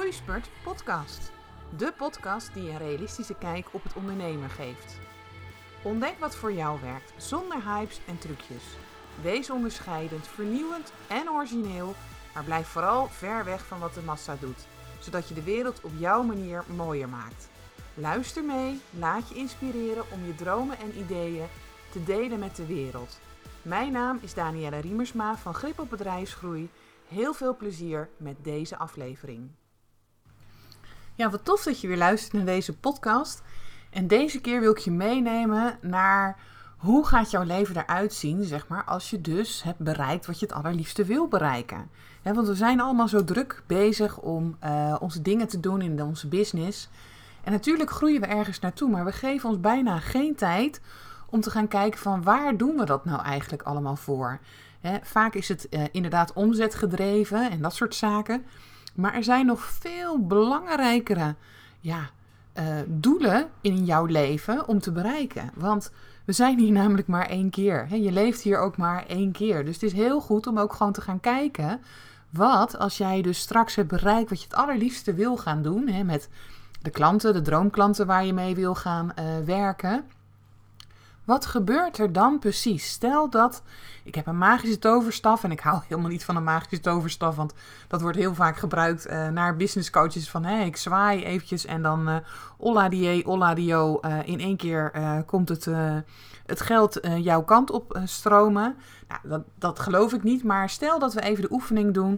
Groeispurt podcast. De podcast die een realistische kijk op het ondernemen geeft. Ontdek wat voor jou werkt, zonder hypes en trucjes. Wees onderscheidend, vernieuwend en origineel, maar blijf vooral ver weg van wat de massa doet, zodat je de wereld op jouw manier mooier maakt. Luister mee, laat je inspireren om je dromen en ideeën te delen met de wereld. Mijn naam is Danielle Riemersma van Grip op Bedrijfsgroei. Heel veel plezier met deze aflevering. Ja, wat tof dat je weer luistert naar deze podcast. En deze keer wil ik je meenemen naar hoe gaat jouw leven eruit zien, zeg maar, als je dus hebt bereikt wat je het allerliefste wil bereiken. Want we zijn allemaal zo druk bezig om onze dingen te doen in onze business. En natuurlijk groeien we ergens naartoe, maar we geven ons bijna geen tijd om te gaan kijken van waar doen we dat nou eigenlijk allemaal voor. Vaak is het inderdaad omzetgedreven en dat soort zaken. Maar er zijn nog veel belangrijkere doelen in jouw leven om te bereiken. Want we zijn hier namelijk maar één keer. Je leeft hier ook maar één keer. Dus het is heel goed om ook gewoon te gaan kijken. Wat als jij dus straks hebt bereikt wat je het allerliefste wil gaan doen. Met de klanten, de droomklanten waar je mee wil gaan werken. Wat gebeurt er dan precies? Stel dat ik heb een magische toverstaf en ik hou helemaal niet van een magische toverstaf, want dat wordt heel vaak gebruikt naar business coaches van ik zwaai eventjes en dan olla dio, in één keer komt het geld jouw kant op stromen. Nou, dat geloof ik niet, maar stel dat we even de oefening doen.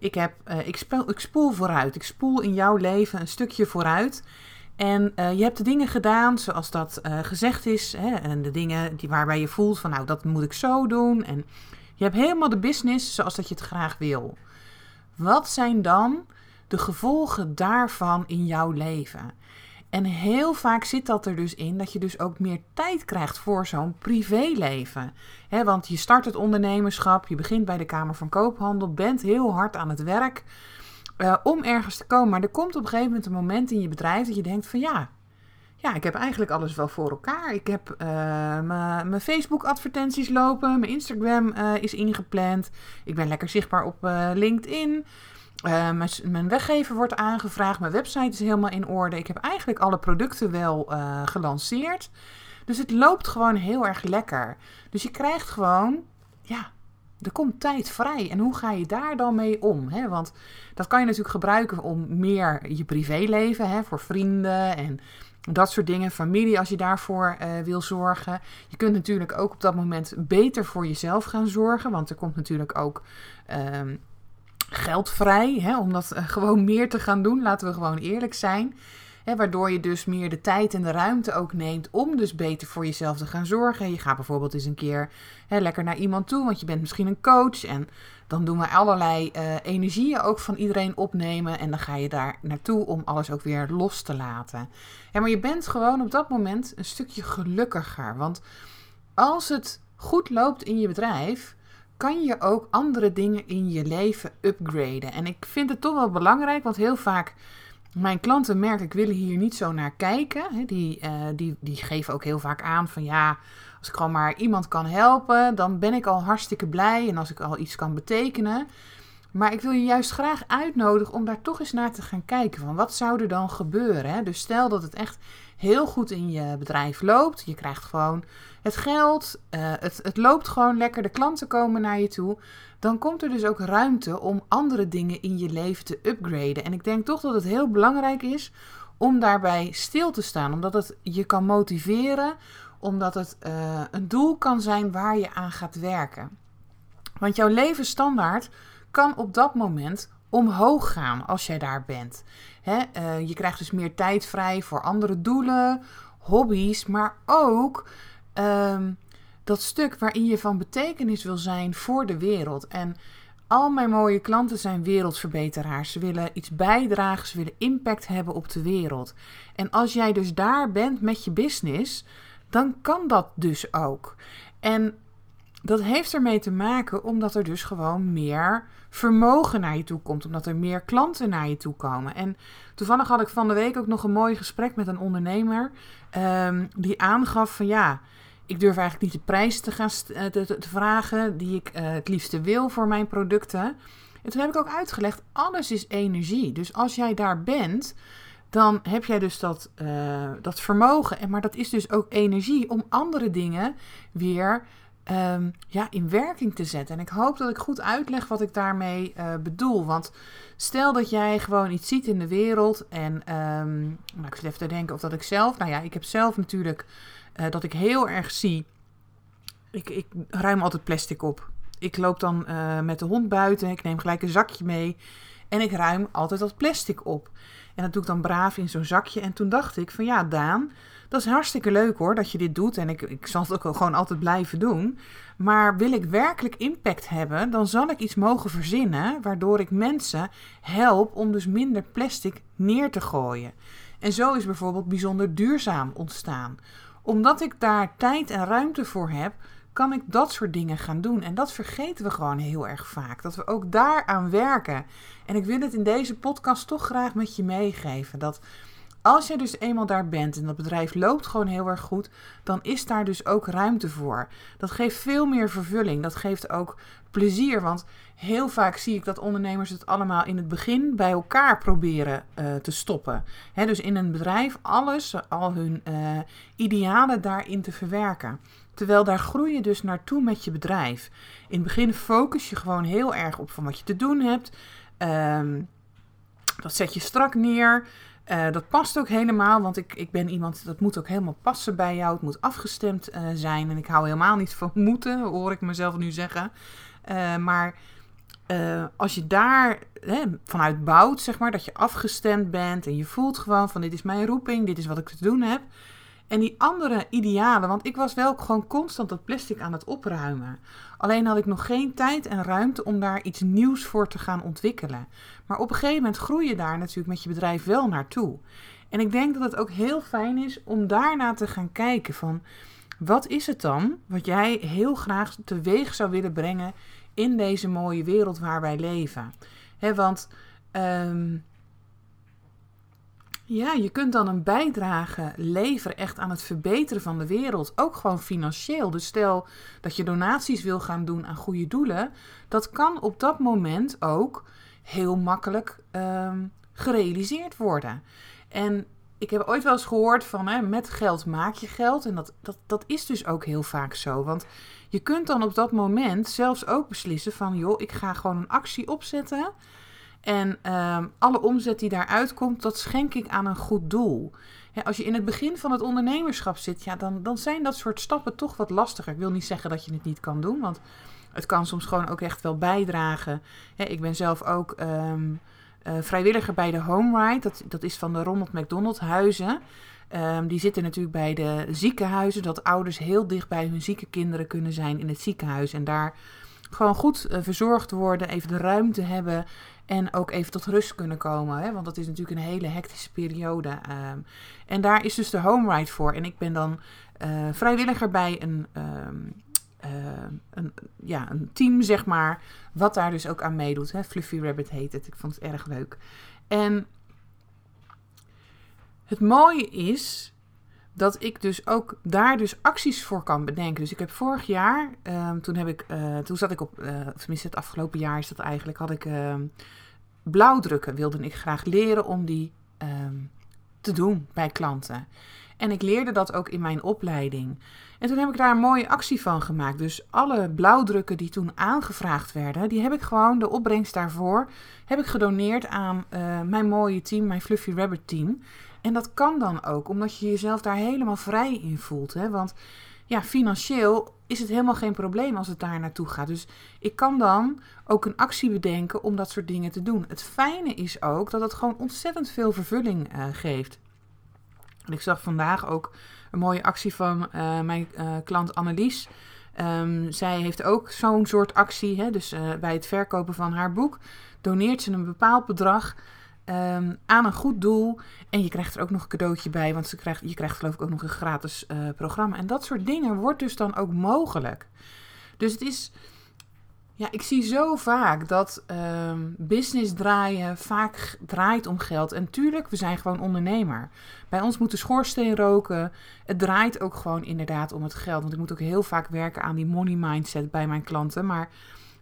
Ik spoel vooruit. Ik spoel in jouw leven een stukje vooruit. En je hebt de dingen gedaan zoals dat gezegd is. En de dingen waarbij je voelt van dat moet ik zo doen. En je hebt helemaal de business zoals dat je het graag wil. Wat zijn dan de gevolgen daarvan in jouw leven? En heel vaak zit dat er dus in dat je dus ook meer tijd krijgt voor zo'n privéleven. Want je start het ondernemerschap, je begint bij de Kamer van Koophandel, bent heel hard aan het werk om ergens te komen. Maar er komt op een gegeven moment een moment in je bedrijf dat je denkt van ja, ik heb eigenlijk alles wel voor elkaar. Ik heb mijn Facebook advertenties lopen, mijn Instagram is ingepland. Ik ben lekker zichtbaar op LinkedIn. Mijn weggever wordt aangevraagd, mijn website is helemaal in orde. Ik heb eigenlijk alle producten wel gelanceerd. Dus het loopt gewoon heel erg lekker. Dus je krijgt gewoon, er komt tijd vrij. En hoe ga je daar dan mee om? Want dat kan je natuurlijk gebruiken om meer je privéleven, voor vrienden en dat soort dingen. Familie als je daarvoor wil zorgen. Je kunt natuurlijk ook op dat moment beter voor jezelf gaan zorgen. Want er komt natuurlijk ook geld vrij om dat gewoon meer te gaan doen. Laten we gewoon eerlijk zijn. Waardoor je dus meer de tijd en de ruimte ook neemt om dus beter voor jezelf te gaan zorgen. Je gaat bijvoorbeeld eens een keer lekker naar iemand toe, want je bent misschien een coach. En dan doen we allerlei energieën ook van iedereen opnemen. En dan ga je daar naartoe om alles ook weer los te laten. Maar je bent gewoon op dat moment een stukje gelukkiger. Want als het goed loopt in je bedrijf, kan je ook andere dingen in je leven upgraden. En ik vind het toch wel belangrijk, want heel vaak mijn klanten merken, ik wil hier niet zo naar kijken. Die geven ook heel vaak aan van als ik gewoon maar iemand kan helpen, dan ben ik al hartstikke blij en als ik al iets kan betekenen. Maar ik wil je juist graag uitnodigen om daar toch eens naar te gaan kijken van wat zou er dan gebeuren. Dus stel dat het echt heel goed in je bedrijf loopt, je krijgt gewoon het geld, het loopt gewoon lekker, de klanten komen naar je toe. Dan komt er dus ook ruimte om andere dingen in je leven te upgraden. En ik denk toch dat het heel belangrijk is om daarbij stil te staan. Omdat het je kan motiveren. Omdat het een doel kan zijn waar je aan gaat werken. Want jouw levensstandaard kan op dat moment omhoog gaan als jij daar bent. Je krijgt dus meer tijd vrij voor andere doelen, hobby's, maar ook dat stuk waarin je van betekenis wil zijn voor de wereld. En al mijn mooie klanten zijn wereldverbeteraars. Ze willen iets bijdragen, ze willen impact hebben op de wereld. En als jij dus daar bent met je business, dan kan dat dus ook. En dat heeft ermee te maken omdat er dus gewoon meer vermogen naar je toe komt. Omdat er meer klanten naar je toe komen. En toevallig had ik van de week ook nog een mooi gesprek met een ondernemer. Die aangaf van ik durf eigenlijk niet de prijs te vragen die ik het liefste wil voor mijn producten. En toen heb ik ook uitgelegd, alles is energie. Dus als jij daar bent, dan heb jij dus dat vermogen. Maar dat is dus ook energie om andere dingen weer in werking te zetten. En ik hoop dat ik goed uitleg wat ik daarmee bedoel. Want stel dat jij gewoon iets ziet in de wereld. En ik zit even te denken of dat ik zelf... ik heb zelf natuurlijk dat ik heel erg zie... Ik ruim altijd plastic op. Ik loop dan met de hond buiten. Ik neem gelijk een zakje mee. En ik ruim altijd dat plastic op. En dat doe ik dan braaf in zo'n zakje. En toen dacht ik van ja, Daan, dat is hartstikke leuk hoor dat je dit doet. En ik zal het ook gewoon altijd blijven doen. Maar wil ik werkelijk impact hebben, dan zal ik iets mogen verzinnen waardoor ik mensen help om dus minder plastic neer te gooien. En zo is bijvoorbeeld bijzonder duurzaam ontstaan. Omdat ik daar tijd en ruimte voor heb, kan ik dat soort dingen gaan doen. En dat vergeten we gewoon heel erg vaak. Dat we ook daaraan werken. En ik wil het in deze podcast toch graag met je meegeven. Dat als je dus eenmaal daar bent en dat bedrijf loopt gewoon heel erg goed, dan is daar dus ook ruimte voor. Dat geeft veel meer vervulling. Dat geeft ook plezier. Want heel vaak zie ik dat ondernemers het allemaal in het begin bij elkaar proberen te stoppen. Dus in een bedrijf al hun idealen daarin te verwerken. Terwijl daar groei je dus naartoe met je bedrijf. In het begin focus je gewoon heel erg op van wat je te doen hebt. Dat zet je strak neer. Dat past ook helemaal, want ik ben iemand, dat moet ook helemaal passen bij jou. Het moet afgestemd zijn en ik hou helemaal niet van moeten, hoor ik mezelf nu zeggen. Maar als je daar vanuit bouwt, zeg maar, dat je afgestemd bent en je voelt gewoon van dit is mijn roeping, dit is wat ik te doen heb. En die andere idealen, want ik was wel gewoon constant dat plastic aan het opruimen. Alleen had ik nog geen tijd en ruimte om daar iets nieuws voor te gaan ontwikkelen. Maar op een gegeven moment groei je daar natuurlijk met je bedrijf wel naartoe. En ik denk dat het ook heel fijn is om daarna te gaan kijken van wat is het dan wat jij heel graag teweeg zou willen brengen in deze mooie wereld waar wij leven. Want je kunt dan een bijdrage leveren echt aan het verbeteren van de wereld. Ook gewoon financieel. Dus stel dat je donaties wil gaan doen aan goede doelen. Dat kan op dat moment ook heel makkelijk gerealiseerd worden. En ik heb ooit wel eens gehoord van met geld maak je geld. En dat is dus ook heel vaak zo. Want je kunt dan op dat moment zelfs ook beslissen van joh, ik ga gewoon een actie opzetten. En alle omzet die daaruit komt, dat schenk ik aan een goed doel. Als je in het begin van het ondernemerschap zit, dan zijn dat soort stappen toch wat lastiger. Ik wil niet zeggen dat je het niet kan doen, want het kan soms gewoon ook echt wel bijdragen. Ik ben zelf ook vrijwilliger bij de Home Ride. Dat is van de Ronald McDonald Huizen. Die zitten natuurlijk bij de ziekenhuizen, dat ouders heel dicht bij hun zieke kinderen kunnen zijn in het ziekenhuis. En daar gewoon goed verzorgd worden, even de ruimte hebben en ook even tot rust kunnen komen. Want dat is natuurlijk een hele hectische periode. En daar is dus de Home Ride voor. En ik ben dan vrijwilliger bij een team, zeg maar, wat daar dus ook aan meedoet. Fluffy Rabbit heet het. Ik vond het erg leuk. En het mooie is dat ik dus ook daar dus acties voor kan bedenken. Dus ik heb vorig jaar, toen zat ik op, tenminste het afgelopen jaar is dat eigenlijk, had ik blauwdrukken, wilde ik graag leren om die te doen bij klanten. En ik leerde dat ook in mijn opleiding. En toen heb ik daar een mooie actie van gemaakt. Dus alle blauwdrukken die toen aangevraagd werden, die heb ik gewoon, de opbrengst daarvoor, heb ik gedoneerd aan mijn mooie team, mijn Fluffy Rabbit team. En dat kan dan ook, omdat je jezelf daar helemaal vrij in voelt. Want financieel is het helemaal geen probleem als het daar naartoe gaat. Dus ik kan dan ook een actie bedenken om dat soort dingen te doen. Het fijne is ook dat het gewoon ontzettend veel vervulling geeft. En ik zag vandaag ook een mooie actie van mijn klant Annelies. Zij heeft ook zo'n soort actie. Dus bij het verkopen van haar boek doneert ze een bepaald bedrag aan een goed doel. En je krijgt er ook nog een cadeautje bij, want je krijgt geloof ik ook nog een gratis programma. En dat soort dingen wordt dus dan ook mogelijk. Dus het is, ik zie zo vaak dat business draaien vaak draait om geld. En tuurlijk, we zijn gewoon ondernemer. Bij ons moet de schoorsteen roken. Het draait ook gewoon inderdaad om het geld. Want ik moet ook heel vaak werken aan die money mindset bij mijn klanten. Maar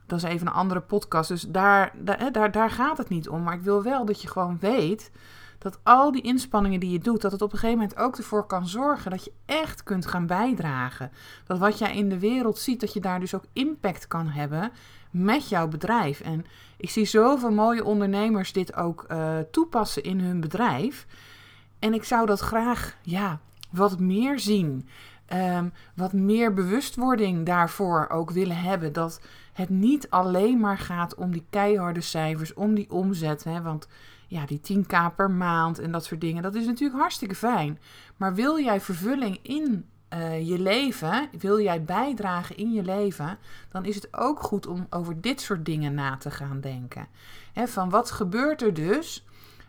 Dat is even een andere podcast. Dus daar gaat het niet om. Maar ik wil wel dat je gewoon weet dat al die inspanningen die je doet, dat het op een gegeven moment ook ervoor kan zorgen dat je echt kunt gaan bijdragen. Dat wat jij in de wereld ziet, dat je daar dus ook impact kan hebben met jouw bedrijf. En ik zie zoveel mooie ondernemers dit ook toepassen in hun bedrijf. En ik zou dat graag wat meer zien. Wat meer bewustwording daarvoor ook willen hebben. Dat het niet alleen maar gaat om die keiharde cijfers, om die omzet. Hè? Want ja, die 10.000 per maand en dat soort dingen, dat is natuurlijk hartstikke fijn. Maar wil jij vervulling in je leven, wil jij bijdragen in je leven, dan is het ook goed om over dit soort dingen na te gaan denken. Hè, van wat gebeurt er dus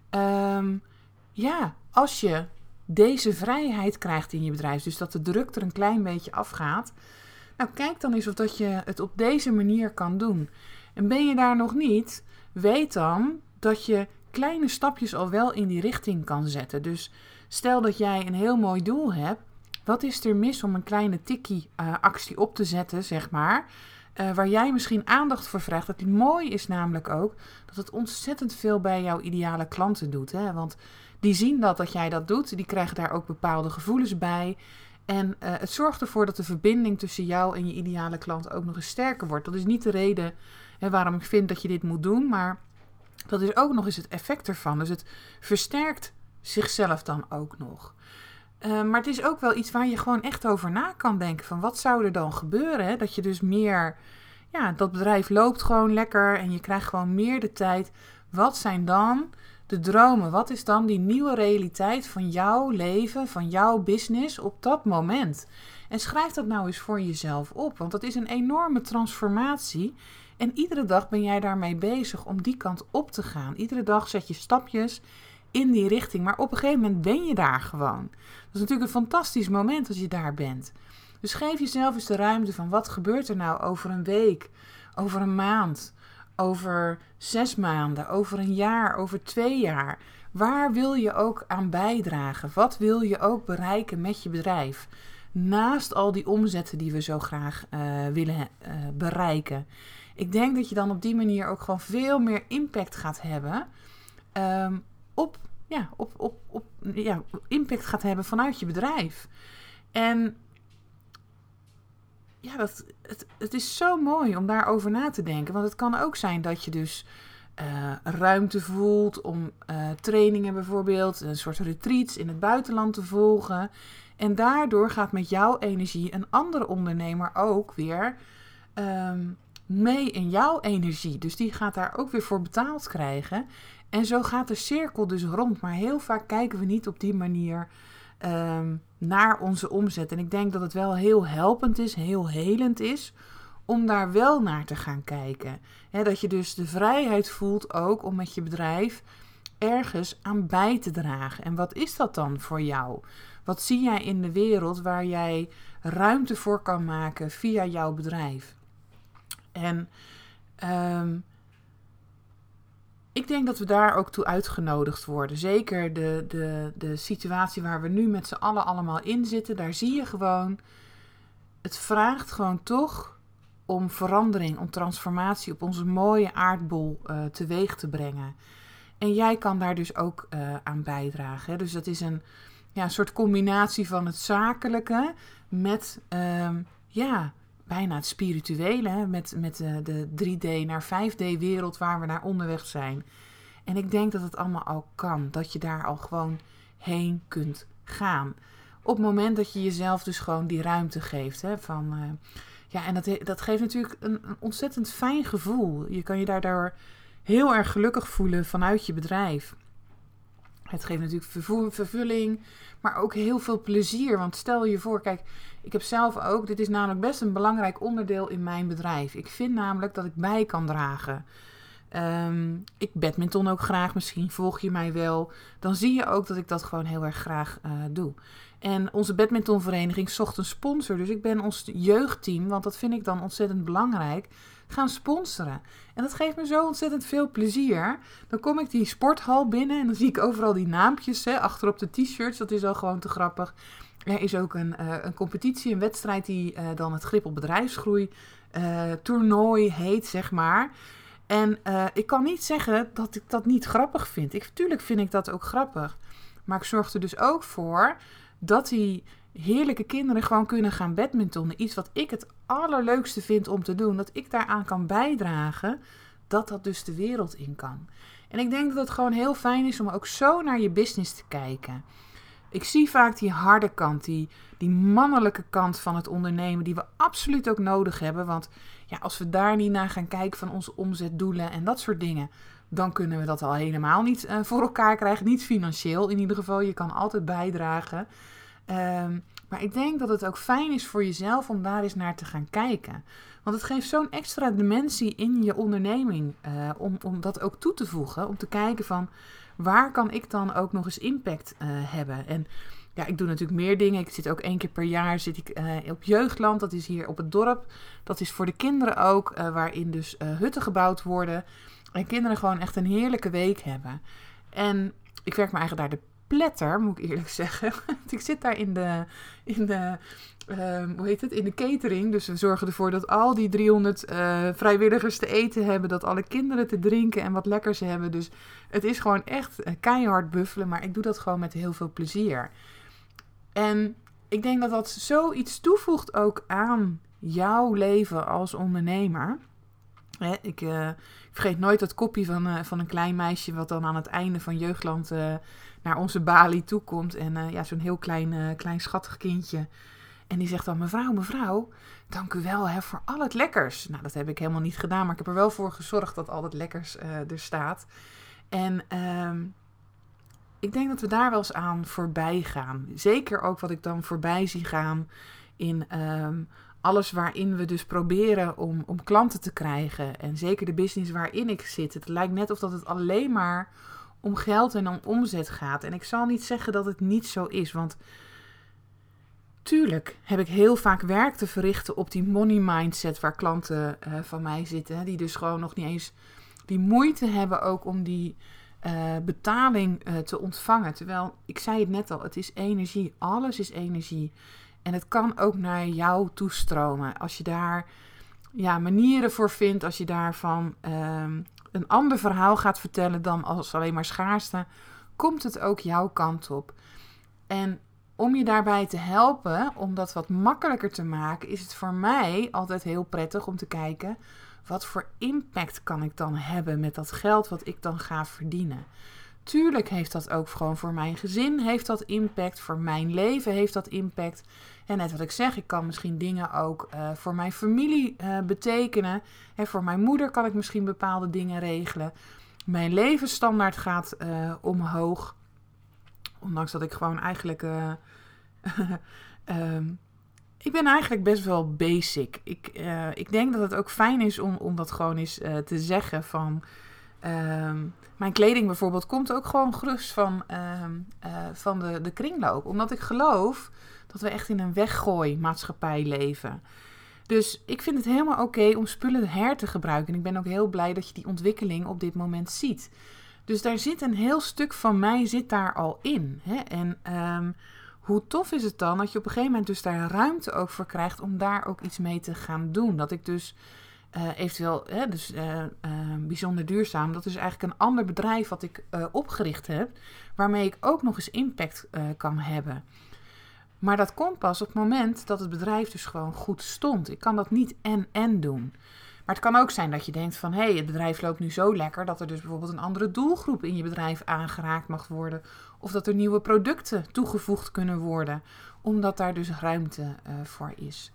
als je deze vrijheid krijgt in je bedrijf, dus dat de druk er een klein beetje afgaat. Nou, kijk dan eens of dat je het op deze manier kan doen. En ben je daar nog niet, weet dan dat je kleine stapjes al wel in die richting kan zetten. Dus stel dat jij een heel mooi doel hebt, wat is er mis om een kleine tikkie-actie op te zetten, zeg maar, waar jij misschien aandacht voor vraagt. Het mooie is namelijk ook dat het ontzettend veel bij jouw ideale klanten doet. Hè? Want die zien dat jij dat doet, die krijgen daar ook bepaalde gevoelens bij. En het zorgt ervoor dat de verbinding tussen jou en je ideale klant ook nog eens sterker wordt. Dat is niet de reden waarom ik vind dat je dit moet doen, maar dat is ook nog eens het effect ervan. Dus het versterkt zichzelf dan ook nog. Maar het is ook wel iets waar je gewoon echt over na kan denken. Van wat zou er dan gebeuren? Hè? Dat je dus meer, dat bedrijf loopt gewoon lekker en je krijgt gewoon meer de tijd. Wat zijn dan de dromen? Wat is dan die nieuwe realiteit van jouw leven, van jouw business op dat moment? En schrijf dat nou eens voor jezelf op, want dat is een enorme transformatie. En iedere dag ben jij daarmee bezig om die kant op te gaan. Iedere dag zet je stapjes in die richting, maar op een gegeven moment ben je daar gewoon. Dat is natuurlijk een fantastisch moment als je daar bent. Dus geef jezelf eens de ruimte van wat gebeurt er nou over een week, over een maand, over 6 maanden, over een jaar, over 2 jaar. Waar wil je ook aan bijdragen? Wat wil je ook bereiken met je bedrijf? Naast al die omzetten die we zo graag willen bereiken. Ik denk dat je dan op die manier ook gewoon veel meer impact gaat hebben impact gaat hebben vanuit je bedrijf. En het is zo mooi om daarover na te denken. Want het kan ook zijn dat je dus ruimte voelt om trainingen bijvoorbeeld, een soort retreats in het buitenland te volgen. En daardoor gaat met jouw energie een andere ondernemer ook weer mee in jouw energie. Dus die gaat daar ook weer voor betaald krijgen. En zo gaat de cirkel dus rond. Maar heel vaak kijken we niet op die manier naar onze omzet. En ik denk dat het wel heel helpend is, heel helend is, om daar wel naar te gaan kijken. Dat je dus de vrijheid voelt ook om met je bedrijf ergens aan bij te dragen. En wat is dat dan voor jou? Wat zie jij in de wereld waar jij ruimte voor kan maken via jouw bedrijf? En ik denk dat we daar ook toe uitgenodigd worden. Zeker de situatie waar we nu met z'n allen allemaal in zitten. Daar zie je gewoon, het vraagt gewoon toch om verandering, om transformatie op onze mooie aardbol teweeg te brengen. En jij kan daar dus ook aan bijdragen. Hè? Dus dat is een soort combinatie van het zakelijke met bijna het spirituele, hè? Met de 3D naar 5D wereld waar we naar onderweg zijn. En ik denk dat het allemaal al kan. Dat je daar al gewoon heen kunt gaan. Op het moment dat je jezelf dus gewoon die ruimte geeft. Hè? En dat geeft natuurlijk een ontzettend fijn gevoel. Je kan je daardoor heel erg gelukkig voelen vanuit je bedrijf. Het geeft natuurlijk vervulling, maar ook heel veel plezier. Want stel je voor, kijk, ik heb zelf ook, dit is namelijk best een belangrijk onderdeel in mijn bedrijf. Ik vind namelijk dat ik bij kan dragen. Ik badminton ook graag, misschien volg je mij wel. Dan zie je ook dat ik dat gewoon heel erg graag doe. En onze badmintonvereniging zocht een sponsor. Dus ik ben ons jeugdteam, want dat vind ik dan ontzettend belangrijk, gaan sponsoren. En dat geeft me zo ontzettend veel plezier. Dan kom ik die sporthal binnen en dan zie ik overal die naampjes achterop de t-shirts. Dat is al gewoon te grappig. Er is ook een competitie, een wedstrijd die dan het grip op bedrijfsgroei toernooi heet, zeg maar. En ik kan niet zeggen dat ik dat niet grappig vind. Tuurlijk vind ik dat ook grappig. Maar ik zorg er dus ook voor dat die heerlijke kinderen gewoon kunnen gaan badmintonnen. Iets wat ik het allerleukste vind om te doen. Dat ik daaraan kan bijdragen. Dat dus de wereld in kan. En ik denk dat het gewoon heel fijn is om ook zo naar je business te kijken. Ik zie vaak die harde kant, die mannelijke kant van het ondernemen, die we absoluut ook nodig hebben. Want ja, als we daar niet naar gaan kijken van onze omzetdoelen en dat soort dingen, dan kunnen we dat al helemaal niet voor elkaar krijgen. Niet financieel in ieder geval, je kan altijd bijdragen. Maar ik denk dat het ook fijn is voor jezelf om daar eens naar te gaan kijken. Want het geeft zo'n extra dimensie in je onderneming om dat ook toe te voegen. Om te kijken van waar kan ik dan ook nog eens impact hebben. En ja, ik doe natuurlijk meer dingen. Ik zit ook 1 keer per jaar op Jeugdland. Dat is hier op het dorp. Dat is voor de kinderen ook. Waarin dus hutten gebouwd worden. En kinderen gewoon echt een heerlijke week hebben. En ik werk me eigenlijk daar de pletter, moet ik eerlijk zeggen. Ik zit daar in de catering. Dus we zorgen ervoor dat al die 300 vrijwilligers te eten hebben. Dat alle kinderen te drinken en wat lekkers hebben. Dus het is gewoon echt keihard buffelen. Maar ik doe dat gewoon met heel veel plezier. En ik denk dat dat zoiets toevoegt ook aan jouw leven als ondernemer. Ik vergeet nooit dat kopje van een klein meisje wat dan aan het einde van Jeugdland naar onze balie toekomt. En zo'n heel klein schattig kindje. En die zegt dan, mevrouw, dank u wel voor al het lekkers. Nou, dat heb ik helemaal niet gedaan, maar ik heb er wel voor gezorgd dat al het lekkers er staat. En ik denk dat we daar wel eens aan voorbij gaan. Zeker ook wat ik dan voorbij zie gaan in alles waarin we dus proberen om klanten te krijgen. En zeker de business waarin ik zit. Het lijkt net of dat het alleen maar om geld en om omzet gaat. En ik zal niet zeggen dat het niet zo is. Want tuurlijk heb ik heel vaak werk te verrichten op die money mindset waar klanten van mij zitten. Die dus gewoon nog niet eens die moeite hebben ook om die betaling te ontvangen. Terwijl, ik zei het net al, het is energie. Alles is energie. En het kan ook naar jou toestromen. Als je daar manieren voor vindt, als je daarvan een ander verhaal gaat vertellen dan als alleen maar schaarste, komt het ook jouw kant op. En om je daarbij te helpen, om dat wat makkelijker te maken, is het voor mij altijd heel prettig om te kijken, wat voor impact kan ik dan hebben met dat geld wat ik dan ga verdienen. Tuurlijk heeft dat ook gewoon voor mijn gezin, heeft dat impact, voor mijn leven heeft dat impact. En net wat ik zeg, ik kan misschien dingen ook voor mijn familie betekenen. Voor mijn moeder kan ik misschien bepaalde dingen regelen. Mijn levensstandaard gaat omhoog. Ondanks dat ik gewoon eigenlijk ik ben eigenlijk best wel basic. Ik denk dat het ook fijn is om dat gewoon eens te zeggen van mijn kleding bijvoorbeeld komt ook gewoon gerust van de kringloop. Omdat ik geloof dat we echt in een weggooimaatschappij leven. Dus ik vind het helemaal oké om spullen her te gebruiken. En ik ben ook heel blij dat je die ontwikkeling op dit moment ziet. Dus daar zit een heel stuk van mij zit daar al in. Hè? En hoe tof is het dan dat je op een gegeven moment dus daar ruimte ook voor krijgt om daar ook iets mee te gaan doen. Dat ik dus eventueel, bijzonder duurzaam, dat is eigenlijk een ander bedrijf wat ik opgericht heb, waarmee ik ook nog eens impact kan hebben. Maar dat komt pas op het moment dat het bedrijf dus gewoon goed stond. Ik kan dat niet en doen. Maar het kan ook zijn dat je denkt van, het bedrijf loopt nu zo lekker dat er dus bijvoorbeeld een andere doelgroep in je bedrijf aangeraakt mag worden. Of dat er nieuwe producten toegevoegd kunnen worden, omdat daar dus ruimte voor is.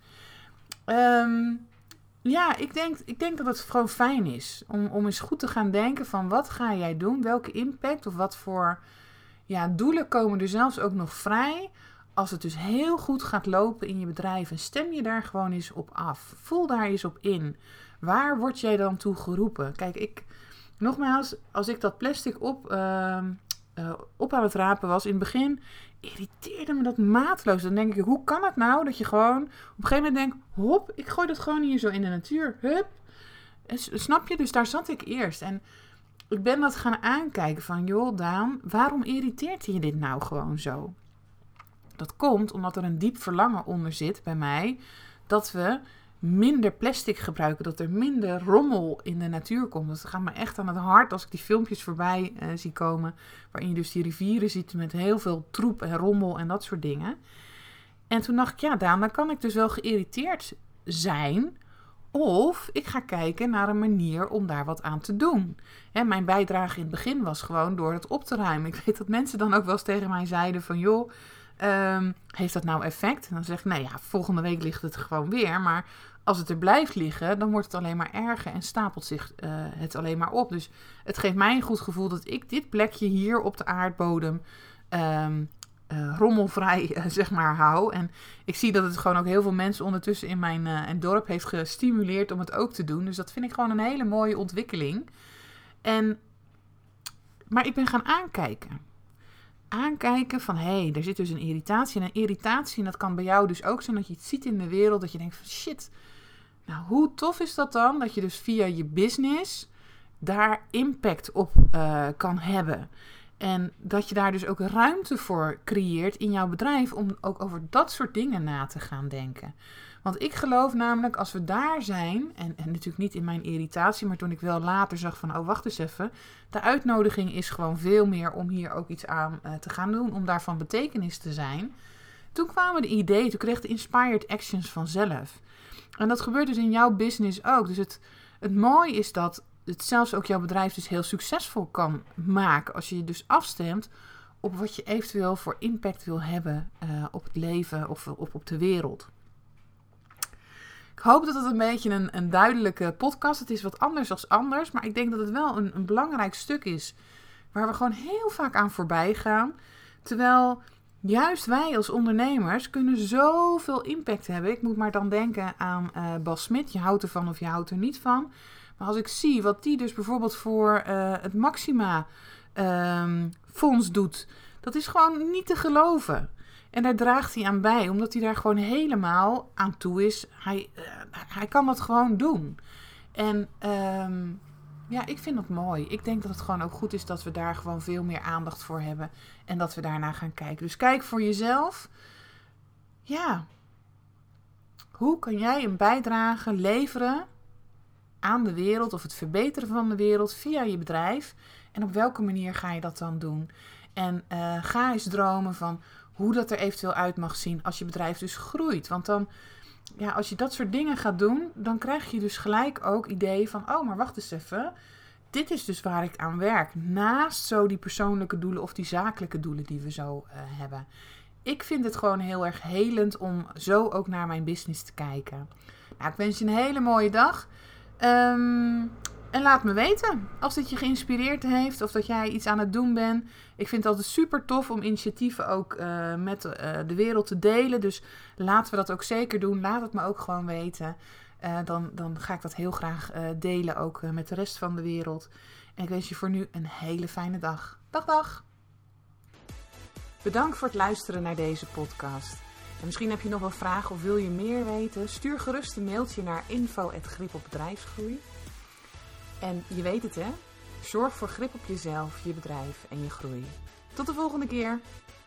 Ik denk dat het gewoon fijn is om eens goed te gaan denken van wat ga jij doen? Welke impact of wat voor doelen komen er zelfs ook nog vrij als het dus heel goed gaat lopen in je bedrijf. En stem je daar gewoon eens op af. Voel daar eens op in. Waar word jij dan toe geroepen? Kijk, nogmaals, als ik dat plastic op aan het rapen was in het begin, irriteerde me dat mateloos. Dan denk ik, hoe kan het nou dat je gewoon op een gegeven moment denkt, hop, ik gooi dat gewoon hier zo in de natuur. Hup. Snap je? Dus daar zat ik eerst. En ik ben dat gaan aankijken van, joh Daan, waarom irriteert je dit nou gewoon zo? Dat komt omdat er een diep verlangen onder zit bij mij, dat we minder plastic gebruiken, dat er minder rommel in de natuur komt. Dat gaat me echt aan het hart als ik die filmpjes voorbij zie komen, waarin je dus die rivieren ziet met heel veel troep en rommel en dat soort dingen. En toen dacht ik, ja Daan, dan kan ik dus wel geïrriteerd zijn, of ik ga kijken naar een manier om daar wat aan te doen. Hè, mijn bijdrage in het begin was gewoon door het op te ruimen. Ik weet dat mensen dan ook wel eens tegen mij zeiden van, joh, heeft dat nou effect? En dan zeg ik, nou ja, volgende week ligt het gewoon weer. Maar als het er blijft liggen, dan wordt het alleen maar erger en stapelt zich het alleen maar op. Dus het geeft mij een goed gevoel dat ik dit plekje hier op de aardbodem rommelvrij zeg maar hou. En ik zie dat het gewoon ook heel veel mensen ondertussen in mijn dorp heeft gestimuleerd om het ook te doen. Dus dat vind ik gewoon een hele mooie ontwikkeling. Maar ik ben gaan aankijken van, hé, er zit dus een irritatie. En een irritatie, en dat kan bij jou dus ook zijn dat je iets ziet in de wereld, dat je denkt van, shit, nou hoe tof is dat dan? Dat je dus via je business daar impact op kan hebben. En dat je daar dus ook ruimte voor creëert in jouw bedrijf om ook over dat soort dingen na te gaan denken. Want ik geloof namelijk, als we daar zijn, en natuurlijk niet in mijn irritatie, maar toen ik wel later zag van, oh wacht eens even, de uitnodiging is gewoon veel meer om hier ook iets aan te gaan doen, om daar van betekenis te zijn. Toen kwamen de ideeën, toen kreeg de inspired actions vanzelf. En dat gebeurt dus in jouw business ook. Dus het mooie is dat het zelfs ook jouw bedrijf dus heel succesvol kan maken, als je je dus afstemt op wat je eventueel voor impact wil hebben op het leven of op de wereld. Ik hoop dat het een beetje een duidelijke podcast is. Het is wat anders dan anders, maar ik denk dat het wel een belangrijk stuk is waar we gewoon heel vaak aan voorbij gaan. Terwijl juist wij als ondernemers kunnen zoveel impact hebben. Ik moet maar dan denken aan Bas Smit. Je houdt ervan of je houdt er niet van. Maar als ik zie wat die dus bijvoorbeeld voor het Maxima fonds doet, dat is gewoon niet te geloven. En daar draagt hij aan bij, omdat hij daar gewoon helemaal aan toe is. Hij kan dat gewoon doen. En ja, ik vind dat mooi. Ik denk dat het gewoon ook goed is dat we daar gewoon veel meer aandacht voor hebben. En dat we daarna gaan kijken. Dus kijk voor jezelf. Ja, hoe kan jij een bijdrage leveren aan de wereld of het verbeteren van de wereld via je bedrijf? En op welke manier ga je dat dan doen? En ga eens dromen van hoe dat er eventueel uit mag zien als je bedrijf dus groeit. Want dan, ja, als je dat soort dingen gaat doen, dan krijg je dus gelijk ook ideeën van, oh, maar wacht eens even. Dit is dus waar ik aan werk. Naast zo die persoonlijke doelen of die zakelijke doelen die we zo hebben. Ik vind het gewoon heel erg helend om zo ook naar mijn business te kijken. Nou, ik wens je een hele mooie dag. En laat me weten als dit je geïnspireerd heeft of dat jij iets aan het doen bent. Ik vind het altijd super tof om initiatieven ook met de wereld te delen. Dus laten we dat ook zeker doen. Laat het me ook gewoon weten. Dan ga ik dat heel graag delen ook met de rest van de wereld. En ik wens je voor nu een hele fijne dag. Dag! Bedankt voor het luisteren naar deze podcast. En misschien heb je nog wel vragen of wil je meer weten? Stuur gerust een mailtje naar info@gripopbedrijfsgroei. En je weet het hè, zorg voor grip op jezelf, je bedrijf en je groei. Tot de volgende keer!